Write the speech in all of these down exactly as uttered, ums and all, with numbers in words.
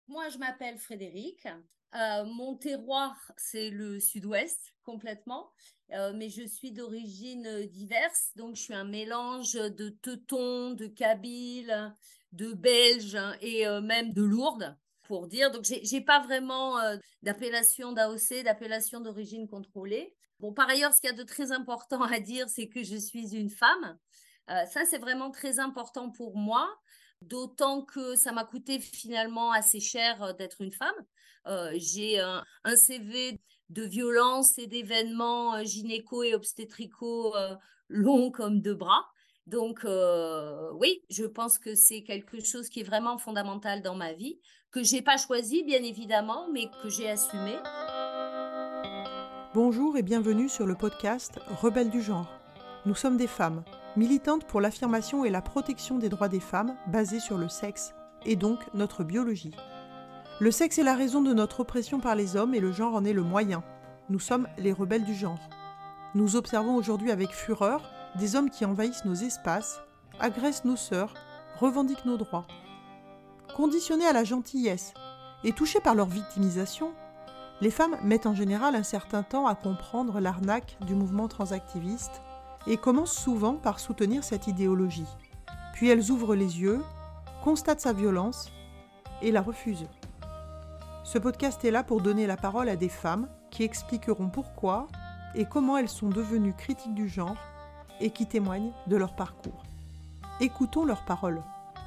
Moi, je m'appelle Frédéric. Euh, mon terroir, c'est le sud-ouest complètement, Euh, mais je suis d'origine euh, diverse. Donc, je suis un mélange de teuton, de kabyle, de belge hein, et euh, même de Lourdes, pour dire. Donc, j'ai, j'ai pas vraiment euh, d'appellation d'A O C, d'appellation d'origine contrôlée. Bon, par ailleurs, ce qu'il y a de très important à dire, c'est que je suis une femme. Euh, ça, c'est vraiment très important pour moi. D'autant que ça m'a coûté finalement assez cher euh, d'être une femme. Euh, j'ai un, un C V de violence et d'événements euh, gynéco et obstétricaux euh, longs comme deux bras. Donc euh, oui, je pense que c'est quelque chose qui est vraiment fondamental dans ma vie, que j'ai pas choisi bien évidemment, mais que j'ai assumé. Bonjour et bienvenue sur le podcast Rebelles du genre. Nous sommes des femmes, militantes pour l'affirmation et la protection des droits des femmes basés sur le sexe, et donc notre biologie. Le sexe est la raison de notre oppression par les hommes et le genre en est le moyen. Nous sommes les rebelles du genre. Nous observons aujourd'hui avec fureur des hommes qui envahissent nos espaces, agressent nos sœurs, revendiquent nos droits. Conditionnés à la gentillesse et touchés par leur victimisation, les femmes mettent en général un certain temps à comprendre l'arnaque du mouvement transactiviste et commencent souvent par soutenir cette idéologie. Puis elles ouvrent les yeux, constatent sa violence et la refusent. Ce podcast est là pour donner la parole à des femmes qui expliqueront pourquoi et comment elles sont devenues critiques du genre et qui témoignent de leur parcours. Écoutons leurs paroles.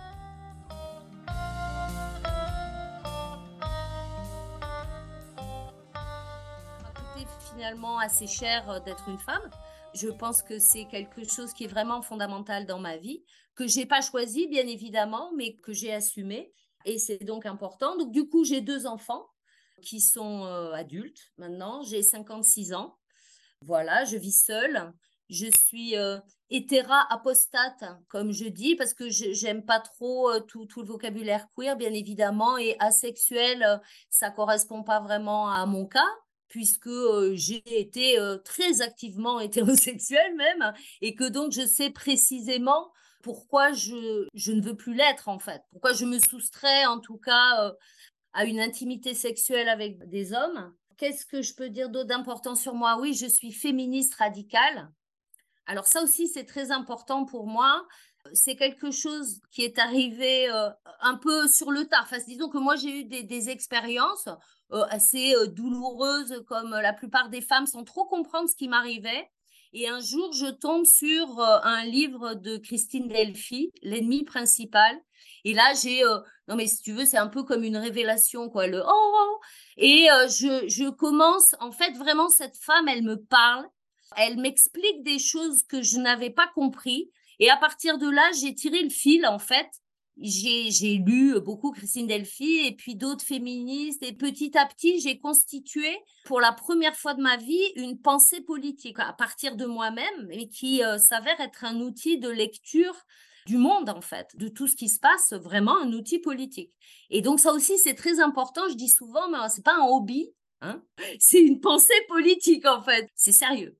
Ça m'a coûté finalement assez cher euh, d'être une femme. Je pense que c'est quelque chose qui est vraiment fondamental dans ma vie, que j'ai pas choisi bien évidemment, mais que j'ai assumé. Et c'est donc important. Donc du coup, j'ai deux enfants qui sont euh, adultes maintenant. J'ai cinquante-six ans. Voilà, je vis seule. Je suis euh, hétéra apostate, comme je dis, parce que je j'aime pas trop euh, tout, tout le vocabulaire queer, bien évidemment, et asexuel, euh, ça correspond pas vraiment à mon cas, puisque euh, j'ai été euh, très activement hétérosexuelle même, et que donc je sais précisément pourquoi je, je ne veux plus l'être, en fait, pourquoi je me soustrais, en tout cas, euh, à une intimité sexuelle avec des hommes. Qu'est-ce que je peux dire d'autre d'important sur moi? Oui, je suis féministe radicale. Alors ça aussi, c'est très important pour moi. C'est quelque chose qui est arrivé euh, un peu sur le tard. Enfin, disons que moi, j'ai eu des, des expériences euh, assez euh, douloureuses, comme la plupart des femmes, sans trop comprendre ce qui m'arrivait. Et un jour, je tombe sur euh, un livre de Christine Delphi, L'ennemi principal. Et là, j'ai... Euh, non, mais si tu veux, c'est un peu comme une révélation, quoi. Le oh, oh. Et euh, je, je commence... En fait, vraiment, cette femme, elle me parle. Elle m'explique des choses que je n'avais pas compris. Et à partir de là, j'ai tiré le fil, en fait. J'ai, j'ai lu beaucoup Christine Delphi et puis d'autres féministes. Et petit à petit, j'ai constitué, pour la première fois de ma vie, une pensée politique à partir de moi-même, et qui euh, s'avère être un outil de lecture du monde, en fait, de tout ce qui se passe, vraiment un outil politique. Et donc, ça aussi, c'est très important. Je dis souvent, mais c'est pas un hobby, hein, c'est une pensée politique, en fait. C'est sérieux.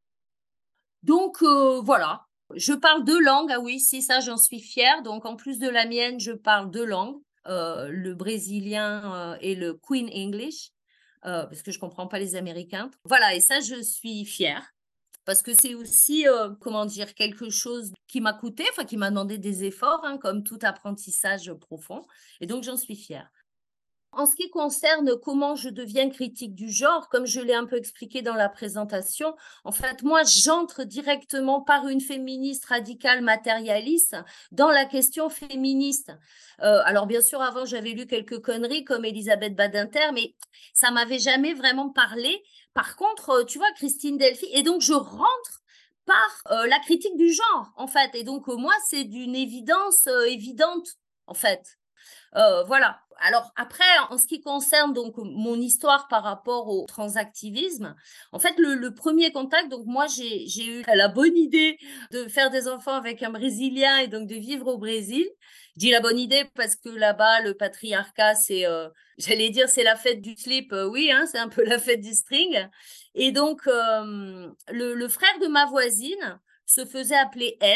Donc euh, voilà, je parle deux langues. Ah oui, si ça, j'en suis fière. Donc en plus de la mienne, je parle deux langues, euh, le brésilien euh, et le Queen English, euh, parce que je comprends pas les Américains. Voilà, et ça, je suis fière. Parce que c'est aussi, euh, comment dire, quelque chose qui m'a coûté, enfin qui m'a demandé des efforts, hein, comme tout apprentissage profond. Et donc j'en suis fière. En ce qui concerne comment je deviens critique du genre, comme je l'ai un peu expliqué dans la présentation, en fait, moi, j'entre directement par une féministe radicale matérialiste dans la question féministe. Euh, alors, bien sûr, avant, j'avais lu quelques conneries comme Elisabeth Badinter, mais ça m'avait jamais vraiment parlé. Par contre, tu vois, Christine Delphi, et donc je rentre par euh, la critique du genre, en fait. Et donc, euh, moi, c'est d'une évidence euh, évidente, en fait. Euh, voilà. Alors après, en ce qui concerne donc mon histoire par rapport au transactivisme, en fait, le, le premier contact, donc moi, j'ai, j'ai eu la bonne idée de faire des enfants avec un Brésilien et donc de vivre au Brésil. Je dis la bonne idée parce que là-bas, le patriarcat, c'est, euh, j'allais dire, c'est la fête du slip. Euh, oui, hein, c'est un peu la fête du string. Et donc, euh, le, le frère de ma voisine se faisait appeler elle.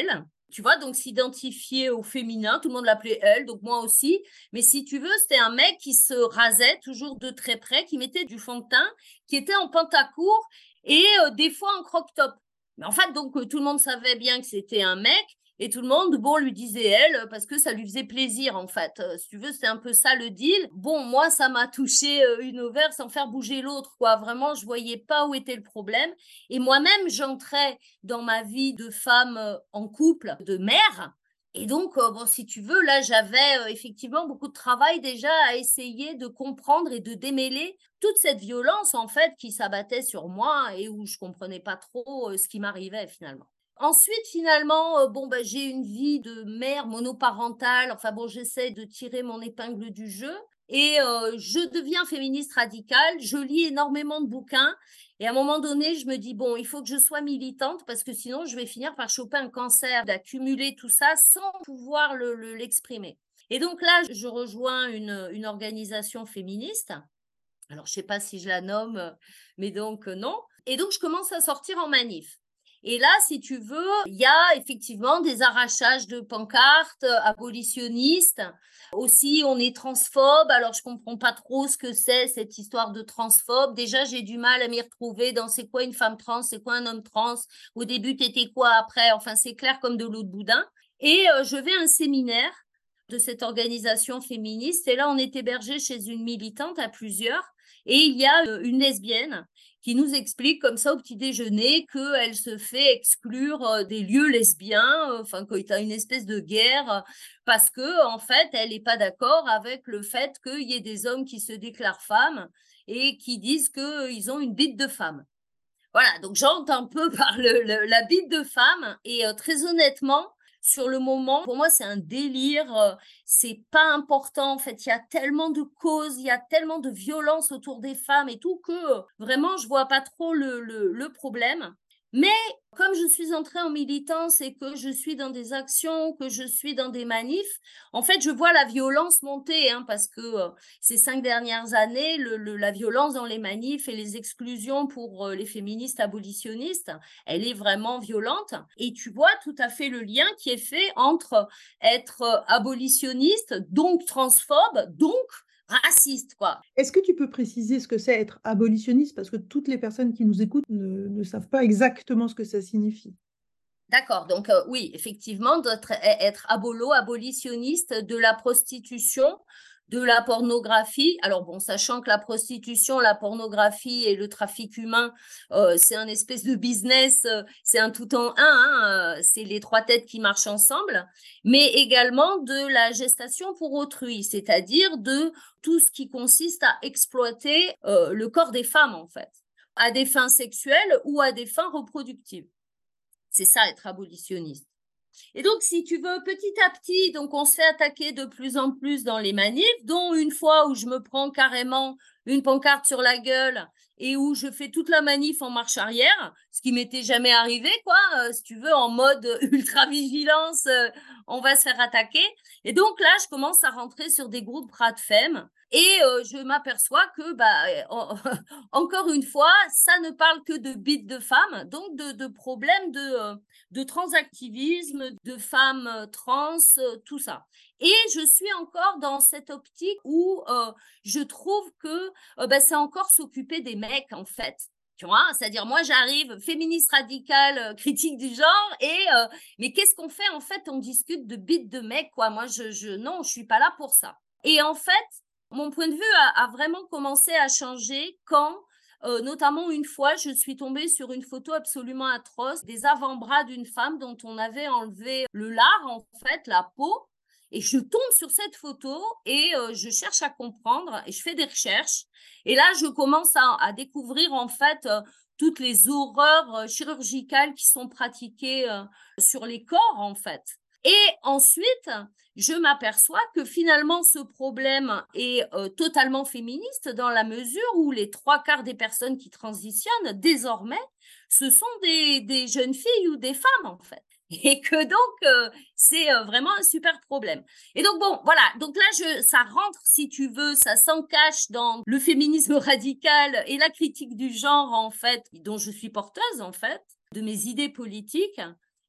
Tu vois, donc s'identifier au féminin, tout le monde l'appelait elle, donc moi aussi. Mais si tu veux, c'était un mec qui se rasait toujours de très près, qui mettait du fond de teint, qui était en pantacourt et euh, des fois en croque-top. Mais en fait, donc, euh, tout le monde savait bien que c'était un mec et tout le monde, bon, lui disait elle parce que ça lui faisait plaisir, en fait. Euh, si tu veux, c'était un peu ça le deal. Bon, moi, ça m'a touché euh, une ovaire sans faire bouger l'autre, quoi. Vraiment, je voyais pas où était le problème. Et moi-même, j'entrais dans ma vie de femme euh, en couple, de mère. Et donc, euh, bon, si tu veux, là, j'avais euh, effectivement beaucoup de travail déjà à essayer de comprendre et de démêler toute cette violence, en fait, qui s'abattait sur moi et où je comprenais pas trop euh, ce qui m'arrivait finalement. Ensuite, finalement, euh, bon, bah, j'ai une vie de mère monoparentale. Enfin bon, j'essaie de tirer mon épingle du jeu. Et euh, je deviens féministe radicale. Je lis énormément de bouquins. Et à un moment donné, je me dis, bon, il faut que je sois militante parce que sinon, je vais finir par choper un cancer, d'accumuler tout ça sans pouvoir le, le, l'exprimer. Et donc là, je rejoins une, une organisation féministe. Alors, je ne sais pas si je la nomme, mais donc euh, non. Et donc, je commence à sortir en manif. Et là, si tu veux, il y a effectivement des arrachages de pancartes euh, abolitionnistes. Aussi, on est transphobe. Alors, je comprends pas trop ce que c'est cette histoire de transphobe. Déjà, j'ai du mal à m'y retrouver dans c'est quoi une femme trans, c'est quoi un homme trans. Au début, t'étais quoi après? Enfin, c'est clair comme de l'eau de boudin. Et euh, je vais à un séminaire de cette organisation féministe. Et là, on est hébergé chez une militante à plusieurs. Et il y a euh, une lesbienne qui nous explique comme ça au petit déjeuner qu'elle se fait exclure euh, des lieux lesbiens, euh, enfin qu'il y a une espèce de guerre euh, parce que en fait elle n'est pas d'accord avec le fait qu'il y ait des hommes qui se déclarent femmes et qui disent qu'ils ont une bite de femme. Voilà, donc j'entre un peu par le, le, la bite de femme et euh, très honnêtement, sur le moment, pour moi, c'est un délire, euh, c'est pas important. En fait, il y a tellement de causes, il y a tellement de violence autour des femmes et tout que euh, vraiment, je vois pas trop le, le, le problème. Mais comme je suis entrée en militance et que je suis dans des actions, que je suis dans des manifs, en fait, je vois la violence monter hein, parce que euh, ces cinq dernières années, le, le, la violence dans les manifs et les exclusions pour euh, les féministes abolitionnistes, elle est vraiment violente. Et tu vois tout à fait le lien qui est fait entre être abolitionniste, donc transphobe, donc raciste, quoi. Est-ce que tu peux préciser ce que c'est être abolitionniste? Parce que toutes les personnes qui nous écoutent ne, ne savent pas exactement ce que ça signifie. D'accord, donc euh, oui, effectivement, d'être, être abolo, abolitionniste de la prostitution, de la pornographie. Alors bon, sachant que la prostitution, la pornographie et le trafic humain, euh, c'est un espèce de business, euh, c'est un tout en un, hein, euh, c'est les trois têtes qui marchent ensemble, mais également de la gestation pour autrui, c'est-à-dire de tout ce qui consiste à exploiter euh, le corps des femmes, en fait, à des fins sexuelles ou à des fins reproductives. C'est ça, être abolitionniste. Et donc, si tu veux, petit à petit, donc on se fait attaquer de plus en plus dans les manifs, dont une fois où je me prends carrément une pancarte sur la gueule et où je fais toute la manif en marche arrière, ce qui m'était jamais arrivé, quoi, euh, si tu veux, en mode ultra-vigilance, euh, on va se faire attaquer. Et donc là, je commence à rentrer sur des groupes bras de femme et euh, je m'aperçois que, bah, euh, encore une fois, ça ne parle que de bites de femmes, donc de, de problèmes de, euh, de transactivisme, de femmes trans, euh, tout ça. Et je suis encore dans cette optique où euh, je trouve que euh, bah, c'est encore s'occuper des mecs, en fait. Tu vois, c'est-à-dire moi j'arrive féministe radicale, euh, critique du genre, et euh, mais qu'est-ce qu'on fait en fait? On discute de bites de mecs, quoi. Moi je, je non, je suis pas là pour ça. Et en fait, mon point de vue a, a vraiment commencé à changer quand euh, notamment une fois, je suis tombée sur une photo absolument atroce des avant-bras d'une femme dont on avait enlevé le lard, en fait, la peau. Et je tombe sur cette photo et euh, je cherche à comprendre et je fais des recherches. Et là, je commence à, à découvrir en fait euh, toutes les horreurs euh, chirurgicales qui sont pratiquées euh, sur les corps en fait. Et ensuite, je m'aperçois que finalement, ce problème est euh, totalement féministe dans la mesure où les trois quarts des personnes qui transitionnent, désormais, ce sont des, des jeunes filles ou des femmes, en fait. Et que donc, euh, c'est euh, vraiment un super problème. Et donc, bon, voilà. Donc là, je, ça rentre, si tu veux, ça s'encache dans le féminisme radical et la critique du genre, en fait, dont je suis porteuse, en fait, de mes idées politiques.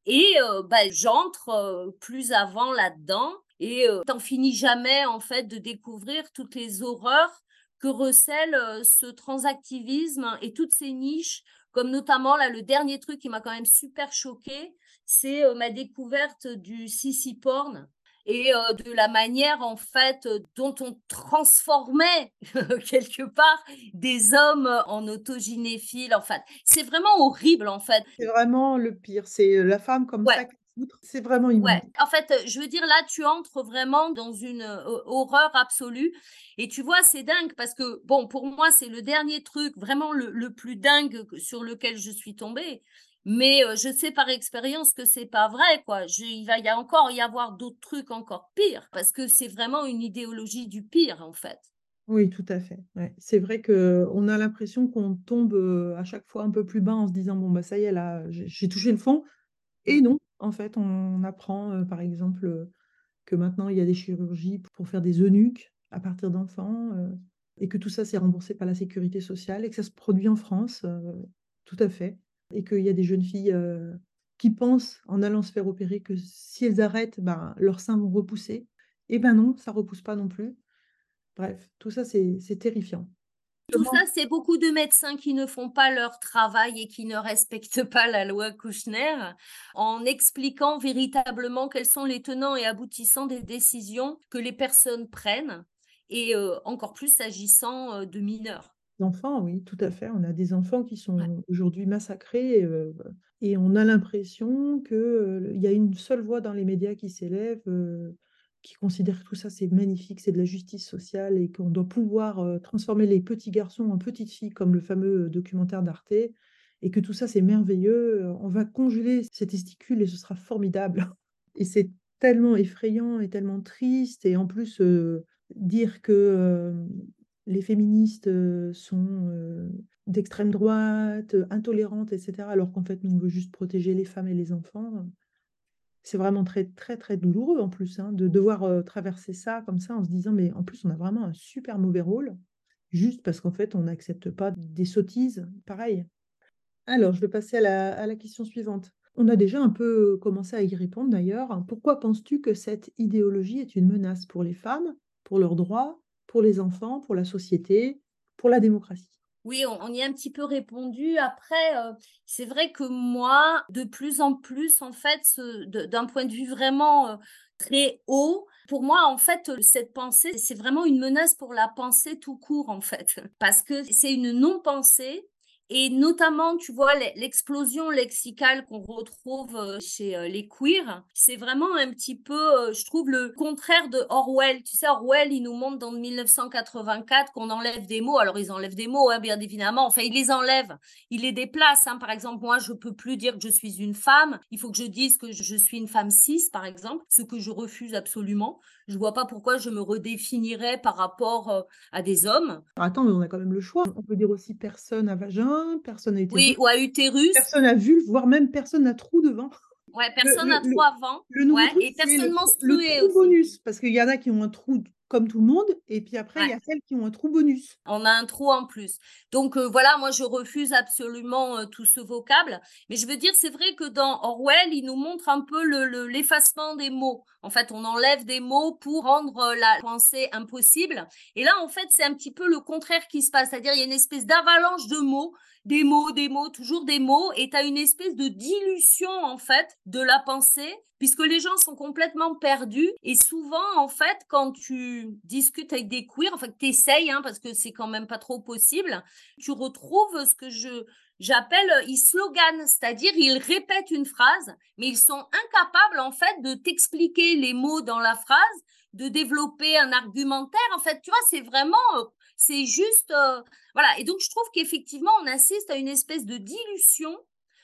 Et heu, bah, j'entre, heu, plus avant là-dedans et heu, tu finis jamais en fait de découvrir toutes les horreurs que recèle, heu, ce transactivisme et toutes ces niches, comme notamment là, le dernier truc qui m'a quand même super choquée, c'est, heu, ma découverte du sissi porn et heu, de la manière en fait, heu, dont on transformait quelque part des hommes en autogynéphiles. Enfin, c'est vraiment horrible en fait. C'est vraiment le pire, c'est, heu, la femme comme Ouais. ça qui poutre, c'est vraiment Ouais, immonde. en fait, heu, je veux dire là, tu entres vraiment dans une, heu, ho horreur absolue et tu vois, c'est dingue parce que bon, pour moi, c'est le dernier truc vraiment le le plus dingue que sur lequel je suis tombée. Mais, heu, je sais par expérience que c'est pas vrai, quoi. Je il va y a encore y avoir d'autres trucs encore pires parce que c'est vraiment une idéologie du pire, en fait. Oui, tout à fait, ouais. C'est vrai qu'on a l'impression qu'on tombe, heu, à chaque fois un peu plus bas en se disant: «Bon, bah, ça y est là, j'ai j'ai touché le fond» et Mmh. non, en fait, on apprend, heu, par exemple, heu, que maintenant il y a des chirurgies pour faire des eunuques à partir d'enfants, heu et que tout ça, c'est remboursé par la sécurité sociale et que ça se produit en France, heu, tout à fait et qu'il y a des jeunes filles, heu, qui pensent, en allant se faire opérer, que si elles arrêtent, ben, leurs seins vont repousser et ben non, ça repousse pas non plus. Bref, tout ça, c'est c'est terrifiant. Tout ça, Comment c'est beaucoup de médecins qui ne font pas leur travail et qui ne respectent pas la loi Kouchner, en expliquant véritablement quels sont les tenants et aboutissants des décisions que les personnes prennent et heu, encore plus s'agissant, heu, de mineurs. d'enfants, oui, tout à fait. On a des enfants qui Ouais. sont aujourd'hui massacrés, heu et on a l'impression que, heu, il y a une seule voix dans les médias qui s'élève, heu, qui considère que tout ça, c'est magnifique, c'est de la justice sociale et qu'on doit pouvoir, heu, transformer les petits garçons en petites filles comme le fameux, heu, documentaire d'Arte et que tout ça, c'est merveilleux, heu, on va congeler ses testicules et ce sera formidable et c'est tellement effrayant et tellement triste et en plus, heu, dire que, hem, les féministes, heu, sont, heu, d'extrême droite, heu, intolérantes et cetera, alors qu'en fait, nous, on veut juste protéger les femmes et les enfants. C'est vraiment très, très, très douloureux en plus, hein, de devoir, heu, traverser ça comme ça en se disant: «Mais en plus, on a vraiment un super mauvais rôle», juste parce qu'en fait, on n'accepte pas des sottises pareilles. Alors, je vais passer à la à la question suivante. On a déjà un peu commencé à y répondre d'ailleurs. Pourquoi penses-tu que cette idéologie est une menace pour les femmes, pour leurs droits, pour les enfants, pour la société, pour la démocratie? Oui, on on y a un petit peu répondu. Après, heu, c'est vrai que moi, de plus en plus, en fait, ce de d'un point de vue vraiment, heu, très haut, pour moi, en fait, heu, cette pensée, c'est vraiment une menace pour la pensée tout court, en fait. Parce que c'est une non-pensée et notamment, tu vois, l'e l'explosion lexicale qu'on retrouve, heu, chez, heu, les queers, c'est vraiment un petit peu, heu, je trouve, le contraire de Orwell. Tu sais, Orwell, il nous montre dans mille neuf cent quatre-vingt-quatre qu'on enlève des mots. Alors, ils enlèvent des mots, hein, bien évidemment. Enfin, ils les enlèvent, ils les déplacent, hein. Par exemple, moi, je peux plus dire que je suis une femme. Il faut que je dise que je je suis une femme cis, par exemple, ce que je refuse absolument. Je vois pas pourquoi je me redéfinirais par rapport, heu, à des hommes. Alors attends, mais on a quand même le choix. On peut dire aussi personne à vagin, personne à utérus, Oui, ou à utérus. personne à vulve, voire même personne à trou devant. Ouais, Le personne le à le trois avant. le nouveau Ouais, truc, et c'est le personne trou le menstruée trou aussi. bonus, parce qu'il y en a qui ont un trou d comme tout le monde et puis après il y Ouais. a celles qui ont un trou bonus. On a un trou en plus. Donc heu, voilà, moi je refuse absolument, heu, tout ce vocable. Mais je veux dire, c'est vrai que dans Orwell, il nous montre un peu le le l'effacement des mots. En fait, on enlève des mots pour rendre, heu, la pensée impossible. Et là, en fait, c'est un petit peu le contraire qui se passe. C'est-à-dire, il y a une espèce d'avalanche de mots, des mots, des mots, toujours des mots, et tu as une espèce de dilution, en fait, de la pensée, puisque les gens sont complètement perdus. Et souvent, en fait, quand tu discutes avec des queers, enfin, que tu essayes, hein, parce que c'est quand même pas trop possible, tu retrouves ce que je j'appelle, euh, ils sloganent, c'est-à-dire ils répètent une phrase, mais ils sont incapables, en fait, de t'expliquer les mots dans la phrase, de développer un argumentaire. En fait, tu vois, c'est vraiment, euh, c'est juste, euh, voilà. Et donc, je trouve qu'effectivement, on assiste à une espèce de dilution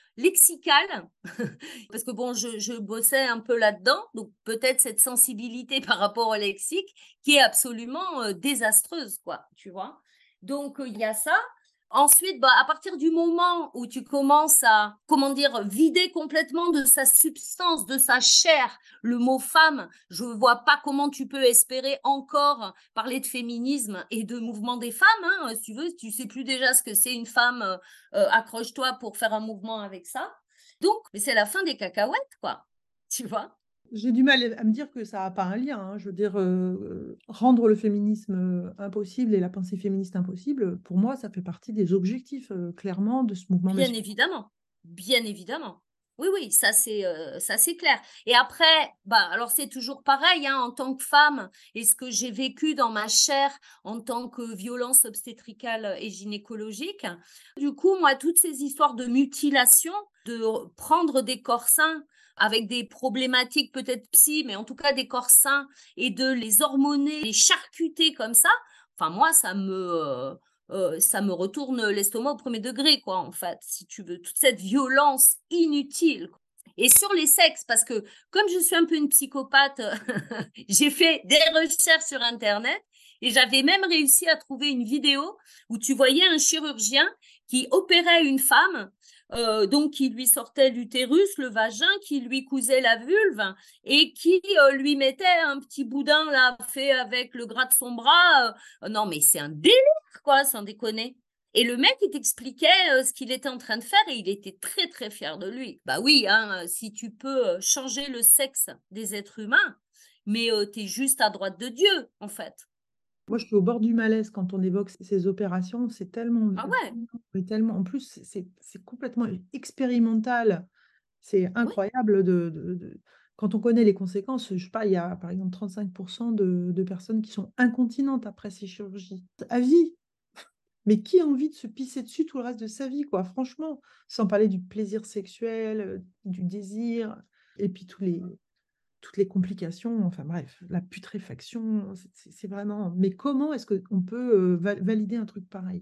lexicale, parce que bon, je, je bossais un peu là-dedans, donc peut-être cette sensibilité par rapport au lexique qui est absolument euh, désastreuse, quoi, tu vois. Donc, euh, il y a ça. Ensuite, bah, à partir du moment où tu commences à, comment dire, vider complètement de sa substance, de sa chair, le mot femme, je ne vois pas comment tu peux espérer encore parler de féminisme et de mouvement des femmes, hein, si tu veux, tu sais plus déjà ce que c'est une femme, euh, euh, accroche-toi pour faire un mouvement avec ça. Donc, mais c'est la fin des cacahuètes, quoi. Tu vois? J'ai du mal à me dire que ça n'a pas un lien, hein. Je veux dire, euh, rendre le féminisme euh, impossible et la pensée féministe impossible, pour moi, ça fait partie des objectifs, euh, clairement, de ce mouvement Bien national. évidemment, bien évidemment. Oui, oui, ça c'est euh, ça c'est clair. Et après, bah alors c'est toujours pareil, hein, en tant que femme, et ce que j'ai vécu dans ma chair en tant que violence obstétricale et gynécologique. Du coup, moi, toutes ces histoires de mutilation, de prendre des corps sains avec des problématiques peut-être psy, mais en tout cas des corps sains, et de les hormoner, les charcuter comme ça, enfin moi, ça me euh, euh, ça me retourne l'estomac au premier degré, quoi, en fait, si tu veux, toute cette violence inutile. Et sur les sexes, parce que comme je suis un peu une psychopathe, j'ai fait des recherches sur Internet et j'avais même réussi à trouver une vidéo où tu voyais un chirurgien qui opérait une femme, euh, donc qui lui sortait l'utérus, le vagin, qui lui cousait la vulve et qui euh, lui mettait un petit boudin là fait avec le gras de son bras. Euh, non, mais c'est un délire, quoi, sans déconner. Et le mec, il t'expliquait euh, ce qu'il était en train de faire et il était très, très fier de lui. Bah oui, hein, si tu peux changer le sexe des êtres humains, mais euh, tu es juste à droite de Dieu, en fait. Moi, je suis au bord du malaise quand on évoque ces opérations. C'est tellement, Ah ouais, mais tellement, en plus, c'est c'est complètement expérimental. C'est oui, incroyable de, de- de- quand on connaît les conséquences. Je sais pas, il y a par exemple trente-cinq pour cent de, de personnes qui sont incontinentes après ces chirurgies. À vie. Mais qui a envie de se pisser dessus tout le reste de sa vie, quoi, franchement, sans parler du plaisir sexuel, euh, du désir, et puis tous les, toutes les complications, enfin bref, la putréfaction, c'est c'est- c'est vraiment... Mais comment est-ce qu'on peut euh, va- valider un truc pareil?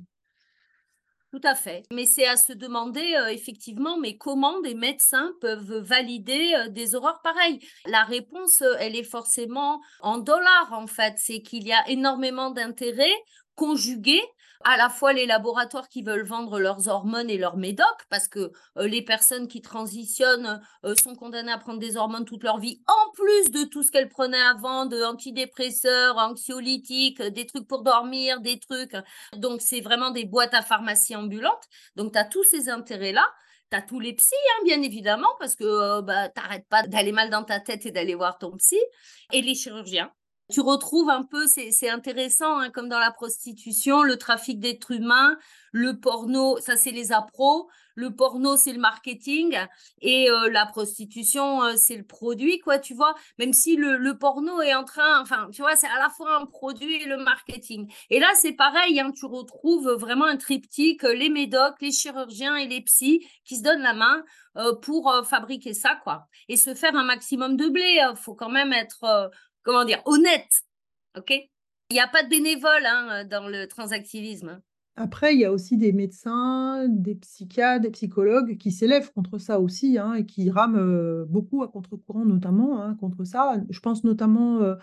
tout à fait. Mais c'est à se demander, euh, effectivement, mais comment des médecins peuvent valider euh, des horreurs pareilles? La réponse, euh, elle est forcément en dollars, en fait. C'est qu'il y a énormément d'intérêts conjugués, à la fois les laboratoires qui veulent vendre leurs hormones et leurs médocs, parce que euh, les personnes qui transitionnent euh, sont condamnées à prendre des hormones toute leur vie, en plus de tout ce qu'elles prenaient avant, de antidépresseurs, anxiolytiques, des trucs pour dormir, des trucs. Donc, c'est vraiment des boîtes à pharmacie ambulantes. Donc, tu as tous ces intérêts-là. Tu as tous les psys, hein, bien évidemment, parce que euh, bah, tu n'arrêtes pas d'aller mal dans ta tête et d'aller voir ton psy. Et les chirurgiens. Tu retrouves un peu, c'est, c'est intéressant, hein, comme dans la prostitution, le trafic d'êtres humains, le porno, ça c'est les appros, le porno c'est le marketing et euh, la prostitution euh, c'est le produit, quoi, tu vois. Même si le, le porno est en train, enfin, tu vois, c'est à la fois un produit et le marketing. Et là, c'est pareil, hein, tu retrouves vraiment un triptyque, les médocs, les chirurgiens et les psys qui se donnent la main euh, pour euh, fabriquer ça, quoi. Et se faire un maximum de blé. Il faut quand même être, euh, comment dire, honnête, ok? Il n'y a pas de bénévoles hein, dans le transactivisme. Après, il y a aussi des médecins, des psychiatres, des psychologues qui s'élèvent contre ça aussi, hein, et qui rament euh, beaucoup à contre-courant, notamment, hein, contre ça. Je pense notamment euh,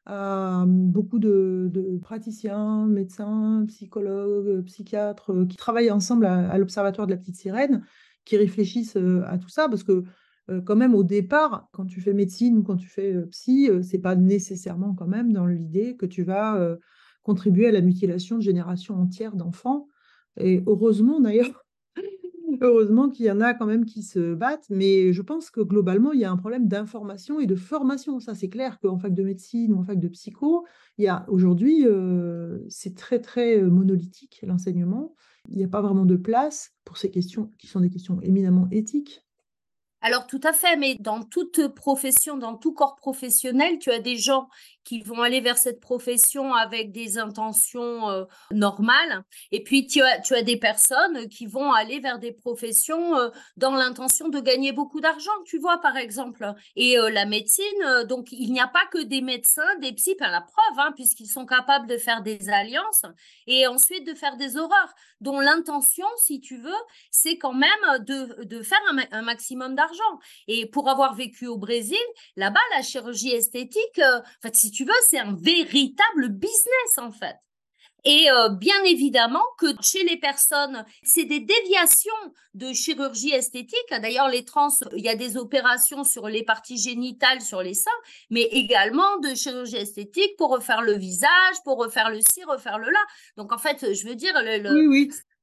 à beaucoup de, de praticiens, médecins, psychologues, psychiatres, euh, qui travaillent ensemble à, à l'Observatoire de la Petite Sirène, qui réfléchissent euh, à tout ça, parce que euh, quand même, au départ, quand tu fais médecine ou quand tu fais euh, psy, euh, c'est pas nécessairement quand même dans l'idée que tu vas... euh, contribuer à la mutilation de générations entières d'enfants. Et heureusement d'ailleurs, heureusement qu'il y en a quand même qui se battent, mais je pense que globalement, il y a un problème d'information et de formation. Ça, c'est clair qu'en fac de médecine ou en fac de psycho, il y a aujourd'hui, euh, c'est très, très monolithique, l'enseignement. Il n'y a pas vraiment de place pour ces questions qui sont des questions éminemment éthiques. Alors tout à fait, mais dans toute profession, dans tout corps professionnel, tu as des gens qui vont aller vers cette profession avec des intentions euh, normales, et puis tu as, tu as des personnes qui vont aller vers des professions euh, dans l'intention de gagner beaucoup d'argent, tu vois, par exemple. Et euh, la médecine, euh, donc il n'y a pas que des médecins, des psys, par la preuve, hein, puisqu'ils sont capables de faire des alliances et ensuite de faire des horreurs, dont l'intention, si tu veux, c'est quand même de, de faire un, un maximum d'argent. Et pour avoir vécu au Brésil, là-bas, la chirurgie esthétique, euh, en fait, si tu veux, c'est un véritable business, en fait. Et euh, bien évidemment que chez les personnes, c'est des déviations de chirurgie esthétique. D'ailleurs, les trans, il y a des opérations sur les parties génitales, sur les seins, mais également de chirurgie esthétique pour refaire le visage, pour refaire le ci, refaire le là. Donc en fait, je veux dire, le, le... Oui, oui.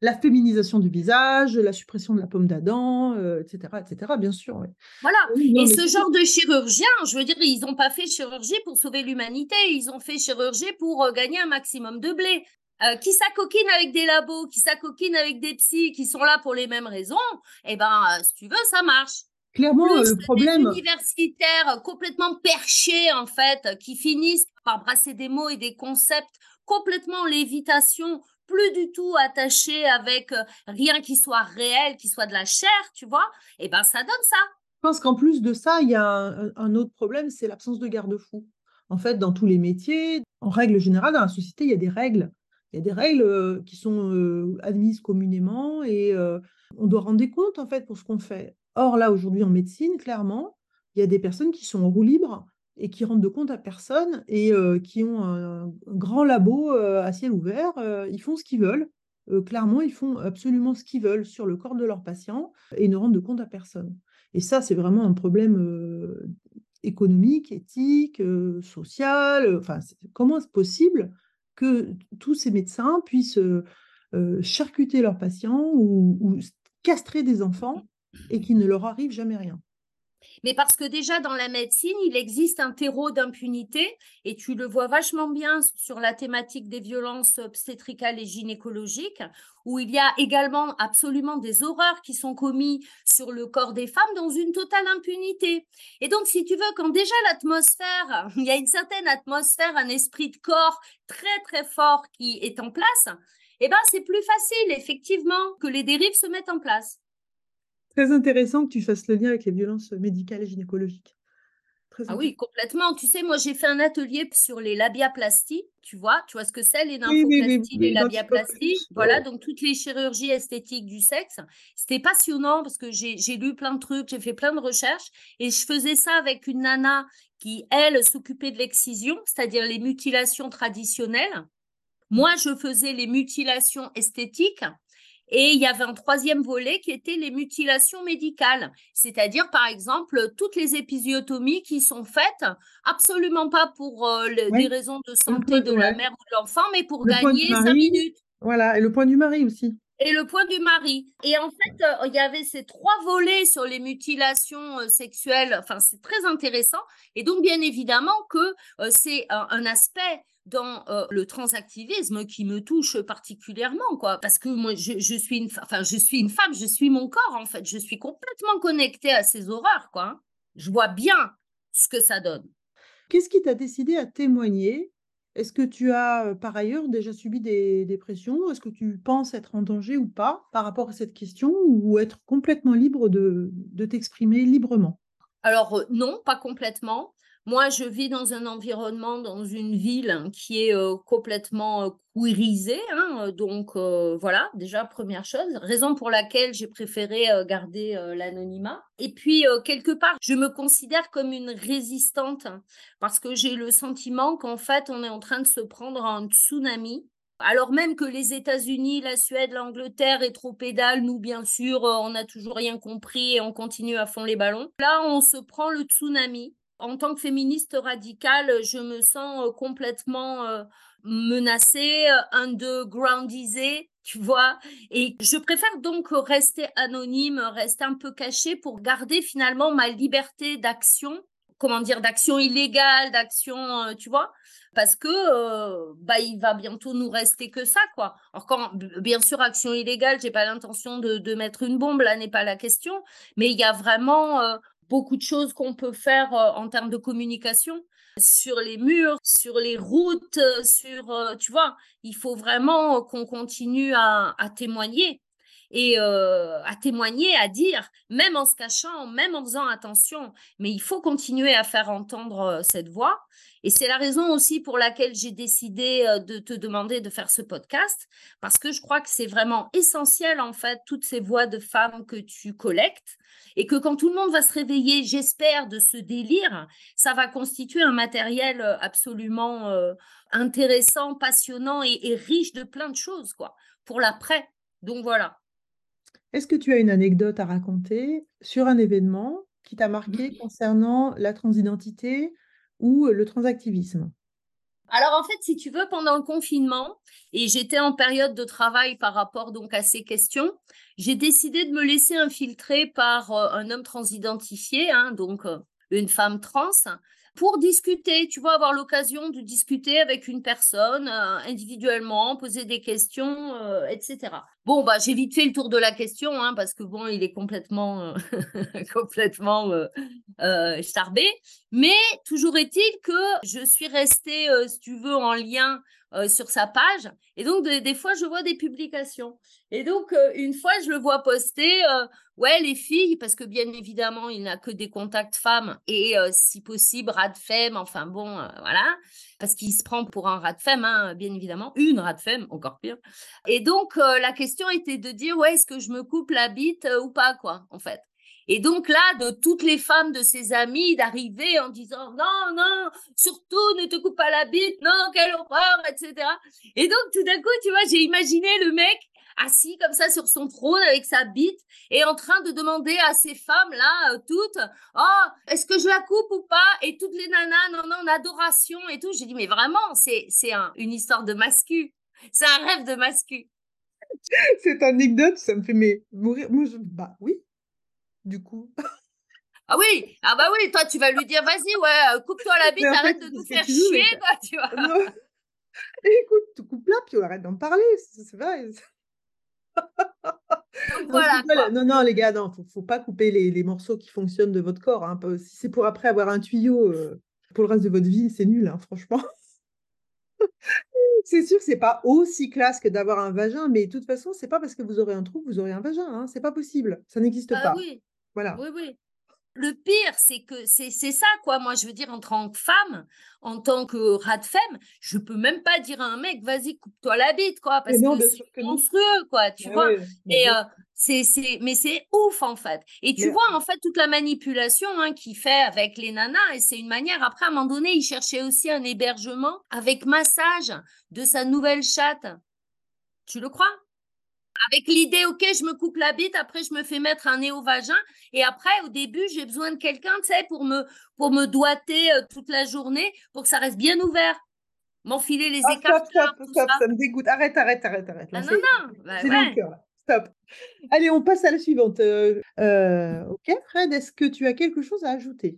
la féminisation du visage, la suppression de la pomme d'Adam, euh, et cetera, et cetera, bien sûr. Ouais. Voilà. Oui, non, Et mais ce genre de chirurgien, je veux dire, ils n'ont pas fait chirurgie pour sauver l'humanité, ils ont fait chirurgie pour euh, gagner un maximum de blé. Euh, qui s'acoquinent avec des labos, qui s'acoquinent avec des psys, qui sont là pour les mêmes raisons, eh ben, euh, si tu veux, ça marche. clairement, euh, Plus le des problème, universitaires complètement perchés, en fait, qui finissent par brasser des mots et des concepts complètement en lévitation, plus du tout attachés avec euh, rien qui soit réel, qui soit de la chair, tu vois, et ben ça donne ça. je pense qu'en plus de ça, il y a un, un autre problème, c'est l'absence de garde-fous. En fait, dans tous les métiers, en règle générale, dans la société, il y a des règles. Il y a des règles euh, qui sont euh, admises communément et euh, on doit rendre des comptes, en fait, pour ce qu'on fait. Or, là, aujourd'hui, en médecine, clairement, il y a des personnes qui sont en roue libre et qui rendent de compte à personne et euh, qui ont un, un grand labo euh, à ciel ouvert. Euh, ils font ce qu'ils veulent. Euh, clairement, ils font absolument ce qu'ils veulent sur le corps de leurs patients et ne rendent de compte à personne. Et ça, c'est vraiment un problème euh, économique, éthique, euh, social. euh, Enfin, c'est- comment est-ce possible que tous ces médecins puissent euh, euh, charcuter leurs patients ou, ou castrer des enfants et qu'il ne leur arrive jamais rien? Mais parce que déjà dans la médecine, il existe un terreau d'impunité et tu le vois vachement bien sur la thématique des violences obstétricales et gynécologiques, où il y a également absolument des horreurs qui sont commises sur le corps des femmes dans une totale impunité. Et donc, si tu veux, quand déjà l'atmosphère, il y a une certaine atmosphère, un esprit de corps très très fort qui est en place, eh ben c'est plus facile effectivement que les dérives se mettent en place. Très intéressant que tu fasses le lien avec les violences médicales et gynécologiques. Très Ah intéressant. oui, complètement. Tu sais, moi, j'ai fait un atelier sur les labiaplasties. Tu vois, tu vois ce que c'est, les Oui, oui, oui, nymphoplasties, les oui, n'en dis pas labiaplasties. plus. Voilà, Oh. donc toutes les chirurgies esthétiques du sexe. C'était passionnant parce que j'ai, j'ai lu plein de trucs, j'ai fait plein de recherches et je faisais ça avec une nana qui, elle, s'occupait de l'excision, c'est-à-dire les mutilations traditionnelles. Moi, je faisais les mutilations esthétiques. Et il y avait un troisième volet qui était les mutilations médicales, c'est-à-dire par exemple toutes les épisiotomies qui sont faites absolument pas pour euh, le, des Ouais. raisons de Le santé point, de la ouais. mère ou de l'enfant, mais pour Le point du gagner cinq mari, minutes. voilà, et le point du mari aussi. Et le point du mari. Et en fait, euh, il y avait ces trois volets sur les mutilations euh, sexuelles. Enfin, c'est très intéressant. Et donc, bien évidemment que euh, c'est un, un aspect dans euh, le transactivisme qui me touche particulièrement, quoi. Parce que moi, je, je suis une, enfin, je suis une femme, je suis mon corps, en fait. Je suis complètement connectée à ces horreurs, quoi. Je vois bien ce que ça donne. Qu'est-ce qui t'a décidé à témoigner? Est-ce que tu as euh, par ailleurs déjà subi des, des pressions? Est-ce que tu penses être en danger ou pas par rapport à cette question ou être complètement libre de, de t'exprimer librement? Alors euh, non, pas complètement. Moi, je vis dans un environnement, dans une ville hein, qui est euh, complètement euh, queerisée. Hein, euh, donc euh, voilà, déjà, première chose, raison pour laquelle j'ai préféré euh, garder euh, l'anonymat. Et puis, euh, quelque part, je me considère comme une résistante hein, parce que j'ai le sentiment qu'en fait, on est en train de se prendre un tsunami alors même que les États-Unis, la Suède, l'Angleterre rétropédalent, nous, bien sûr, euh, on n'a toujours rien compris et on continue à fond les ballons. Là, on se prend le tsunami. En tant que féministe radicale, je me sens euh, complètement euh, menacée, euh, undergroundisée, tu vois. Et je préfère donc rester anonyme, rester un peu cachée pour garder finalement ma liberté d'action, comment dire, d'action illégale, d'action, euh, tu vois parce que euh, bah il va bientôt nous rester que ça quoi. Alors quand bien sûr action illégale, j'ai pas l'intention de, de mettre une bombe, là n'est pas la question, mais il y a vraiment euh, beaucoup de choses qu'on peut faire euh, en termes de communication sur les murs, sur les routes, euh, sur euh, tu vois, il faut vraiment qu'on continue à, à témoigner et euh, à témoigner, à dire, même en se cachant, même en faisant attention, mais il faut continuer à faire entendre euh, cette voix. Et c'est la raison aussi pour laquelle j'ai décidé euh, de te demander de faire ce podcast, parce que je crois que c'est vraiment essentiel, en fait, toutes ces voix de femmes que tu collectes, et que quand tout le monde va se réveiller, j'espère, de ce délire, ça va constituer un matériel euh, absolument euh, intéressant, passionnant et, et riche de plein de choses, quoi, pour l'après. Donc voilà. Est-ce que tu as une anecdote à raconter sur un événement qui t'a marqué concernant la transidentité ou le transactivisme? Alors en fait, si tu veux, pendant le confinement, et j'étais en période de travail par rapport donc à ces questions, j'ai décidé de me laisser infiltrer par euh, un homme transidentifié, hein, donc euh, une femme trans, pour discuter, tu vois, avoir l'occasion de discuter avec une personne euh, individuellement, poser des questions, euh, et cetera. Bon, bah j'ai vite fait le tour de la question, hein, parce que bon, il est complètement, euh, complètement euh, euh, starbé. Mais toujours est-il que je suis restée, euh, si tu veux, en lien euh, sur sa page. Et donc, de, des fois, je vois des publications. Et donc, euh, une fois, je le vois poster, euh, ouais, les filles, parce que bien évidemment, il n'a que des contacts femmes et euh, si possible, rat de femme, enfin bon, euh, voilà, parce qu'il se prend pour un rat de femme, hein, bien évidemment, une rat de femme, encore pire. Et donc, euh, la question était de dire, ouais, est-ce que je me coupe la bite euh, ou pas, quoi, en fait. Et donc là, de toutes les femmes de ses amies, d'arriver en disant non, non, surtout ne te coupe pas la bite, non, quelle horreur, et cetera. Et donc tout d'un coup, tu vois, j'ai imaginé le mec assis comme ça sur son trône avec sa bite et en train de demander à ces femmes-là, euh, toutes, oh, est-ce que je la coupe ou pas? Et toutes les nanas, non, non, en adoration et tout. J'ai dit, mais vraiment, c'est, c'est un, une histoire de mascu. C'est un rêve de mascu. Cette anecdote, ça me fait mais, mourir. Moi, je... Bah oui, du coup. Ah oui, ah bah oui, toi tu vas lui dire vas-y, ouais, euh, coupe-toi la Mais bite, en fait, arrête de c'est nous ce que faire tu veux, chier, mais... quoi, tu vois. Non. Écoute, tu coupes là, puis on arrête d'en parler. C'est c'est vrai. Donc Non, je voilà, rigole. quoi. Non, non, les gars, non, faut, faut pas couper les, les morceaux qui fonctionnent de votre corps, hein. Si c'est pour après avoir un tuyau euh, pour le reste de votre vie, c'est nul, hein, franchement. C'est sûr, c'est pas aussi classe que d'avoir un vagin, mais de toute façon, c'est pas parce que vous aurez un trou que vous aurez un vagin, hein. C'est pas possible. Ça n'existe Ah pas. oui, Voilà. oui, oui. Le pire, c'est que c'est c'est ça, quoi. Moi, je veux dire, en tant que femme, en tant que rat de femme, je peux même pas dire à un mec, vas-y, coupe-toi la bite, quoi, Mais parce non, que bien c'est sûr que non. monstrueux, quoi, tu Bah vois. ouais, bah Et bien euh, sûr. c'est, c'est, mais c'est ouf, en fait. Et tu Mais vois, en fait, toute la manipulation hein, qu'il fait avec les nanas, et c'est une manière, après, à un moment donné, il cherchait aussi un hébergement avec massage de sa nouvelle chatte. Tu le crois? Avec l'idée, ok, je me coupe la bite, après je me fais mettre un néo-vagin, et après, au début, j'ai besoin de quelqu'un, tu sais, pour me, pour me doigter euh, toute la journée, pour que ça reste bien ouvert, m'enfiler les ah, stop, stop, écarteurs, tout stop, ça. ça me dégoûte. Arrête, arrête, arrête, arrête. Là, Ah non, c'est, non, bah j'ai les hauts le ouais. cœur, là. Stop. Allez, on passe à la suivante. Euh, euh, ok, Fred, est-ce que tu as quelque chose à ajouter?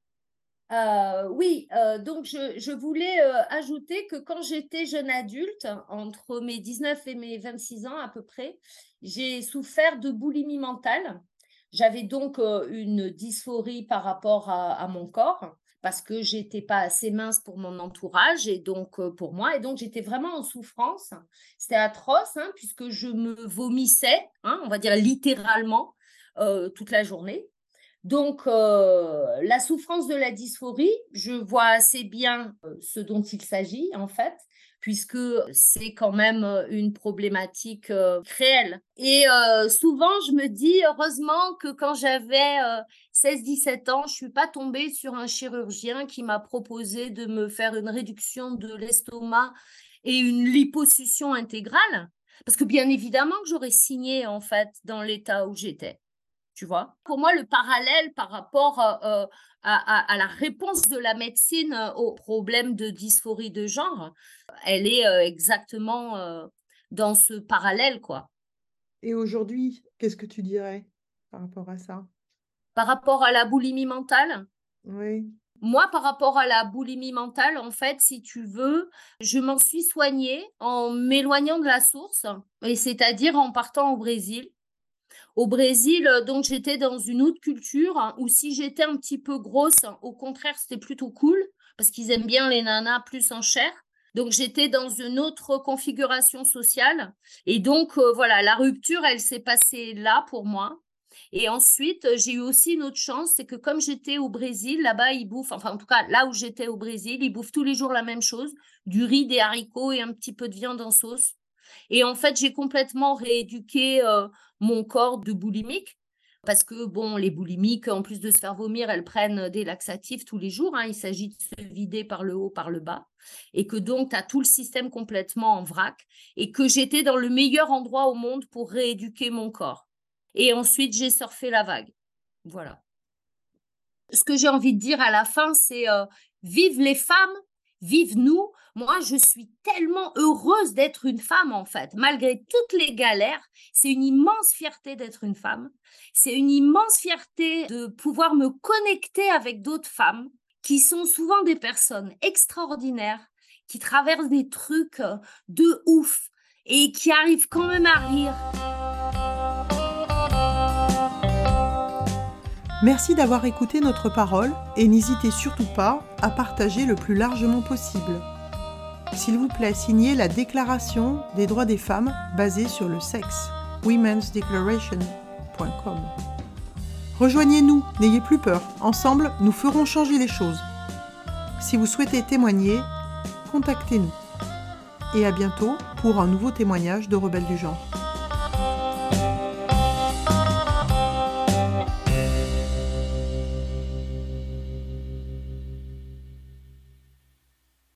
Euh, oui, euh, donc je, je voulais euh, ajouter que quand j'étais jeune adulte, entre mes dix-neuf et mes vingt-six ans à peu près, j'ai souffert de boulimie mentale. J'avais donc euh, une dysphorie par rapport à, à mon corps parce que j'étais pas assez mince pour mon entourage et donc euh, pour moi. Et donc j'étais vraiment en souffrance. C'était atroce hein, puisque je me vomissais, hein, on va dire littéralement, euh, toute la journée. Donc, euh, la souffrance de la dysphorie, je vois assez bien euh, ce dont il s'agit, en fait, puisque c'est quand même euh, une problématique euh, réelle. Et euh, souvent, je me dis, heureusement que quand j'avais euh, seize dix-sept ans, je suis pas tombée sur un chirurgien qui m'a proposé de me faire une réduction de l'estomac et une liposuction intégrale, parce que bien évidemment que j'aurais signé, en fait, dans l'état où j'étais. Tu vois? Pour moi, le parallèle par rapport euh, à, à, à, la réponse de la médecine euh, au problème de dysphorie de genre, elle est euh, exactement euh, dans ce parallèle, quoi. Et aujourd'hui, qu'est-ce que tu dirais par rapport à ça? Par rapport à la boulimie mentale, Oui. moi, par rapport à la boulimie mentale, en fait, si tu veux, je m'en suis soignée en m'éloignant de la source, et c'est-à-dire en partant au Brésil. Au Brésil, euh, donc j'étais dans une autre culture hein, où si j'étais un petit peu grosse, hein, au contraire, c'était plutôt cool parce qu'ils aiment bien les nanas plus en chair. Donc j'étais dans une autre configuration sociale et donc euh, voilà, la rupture, elle s'est passée là pour moi. Et ensuite, j'ai eu aussi une autre chance, c'est que comme j'étais au Brésil, là-bas, ils bouffent, enfin en tout cas là où j'étais au Brésil, ils bouffent tous les jours la même chose, du riz, des haricots et un petit peu de viande en sauce. Et en fait, j'ai complètement rééduqué euh, mon corps de boulimique. Parce que, bon, les boulimiques, en plus de se faire vomir, elles prennent des laxatifs tous les jours. Hein. Il s'agit de se vider par le haut, par le bas. Et que donc, tu as tout le système complètement en vrac. Et que j'étais dans le meilleur endroit au monde pour rééduquer mon corps. Et ensuite, j'ai surfé la vague. Voilà. Ce que j'ai envie de dire à la fin, c'est euh, vive les femmes vive nous. Moi, je suis tellement heureuse d'être une femme, en fait. Malgré toutes les galères, c'est une immense fierté d'être une femme. C'est une immense fierté de pouvoir me connecter avec d'autres femmes qui sont souvent des personnes extraordinaires, qui traversent des trucs de ouf et qui arrivent quand même à rire. Merci d'avoir écouté notre parole et n'hésitez surtout pas à partager le plus largement possible. S'il vous plaît, signez la Déclaration des droits des femmes basée sur le sexe, womens declaration point com. Rejoignez-nous, n'ayez plus peur. Ensemble, nous ferons changer les choses. Si vous souhaitez témoigner, contactez-nous. Et à bientôt pour un nouveau témoignage de Rebelles du genre.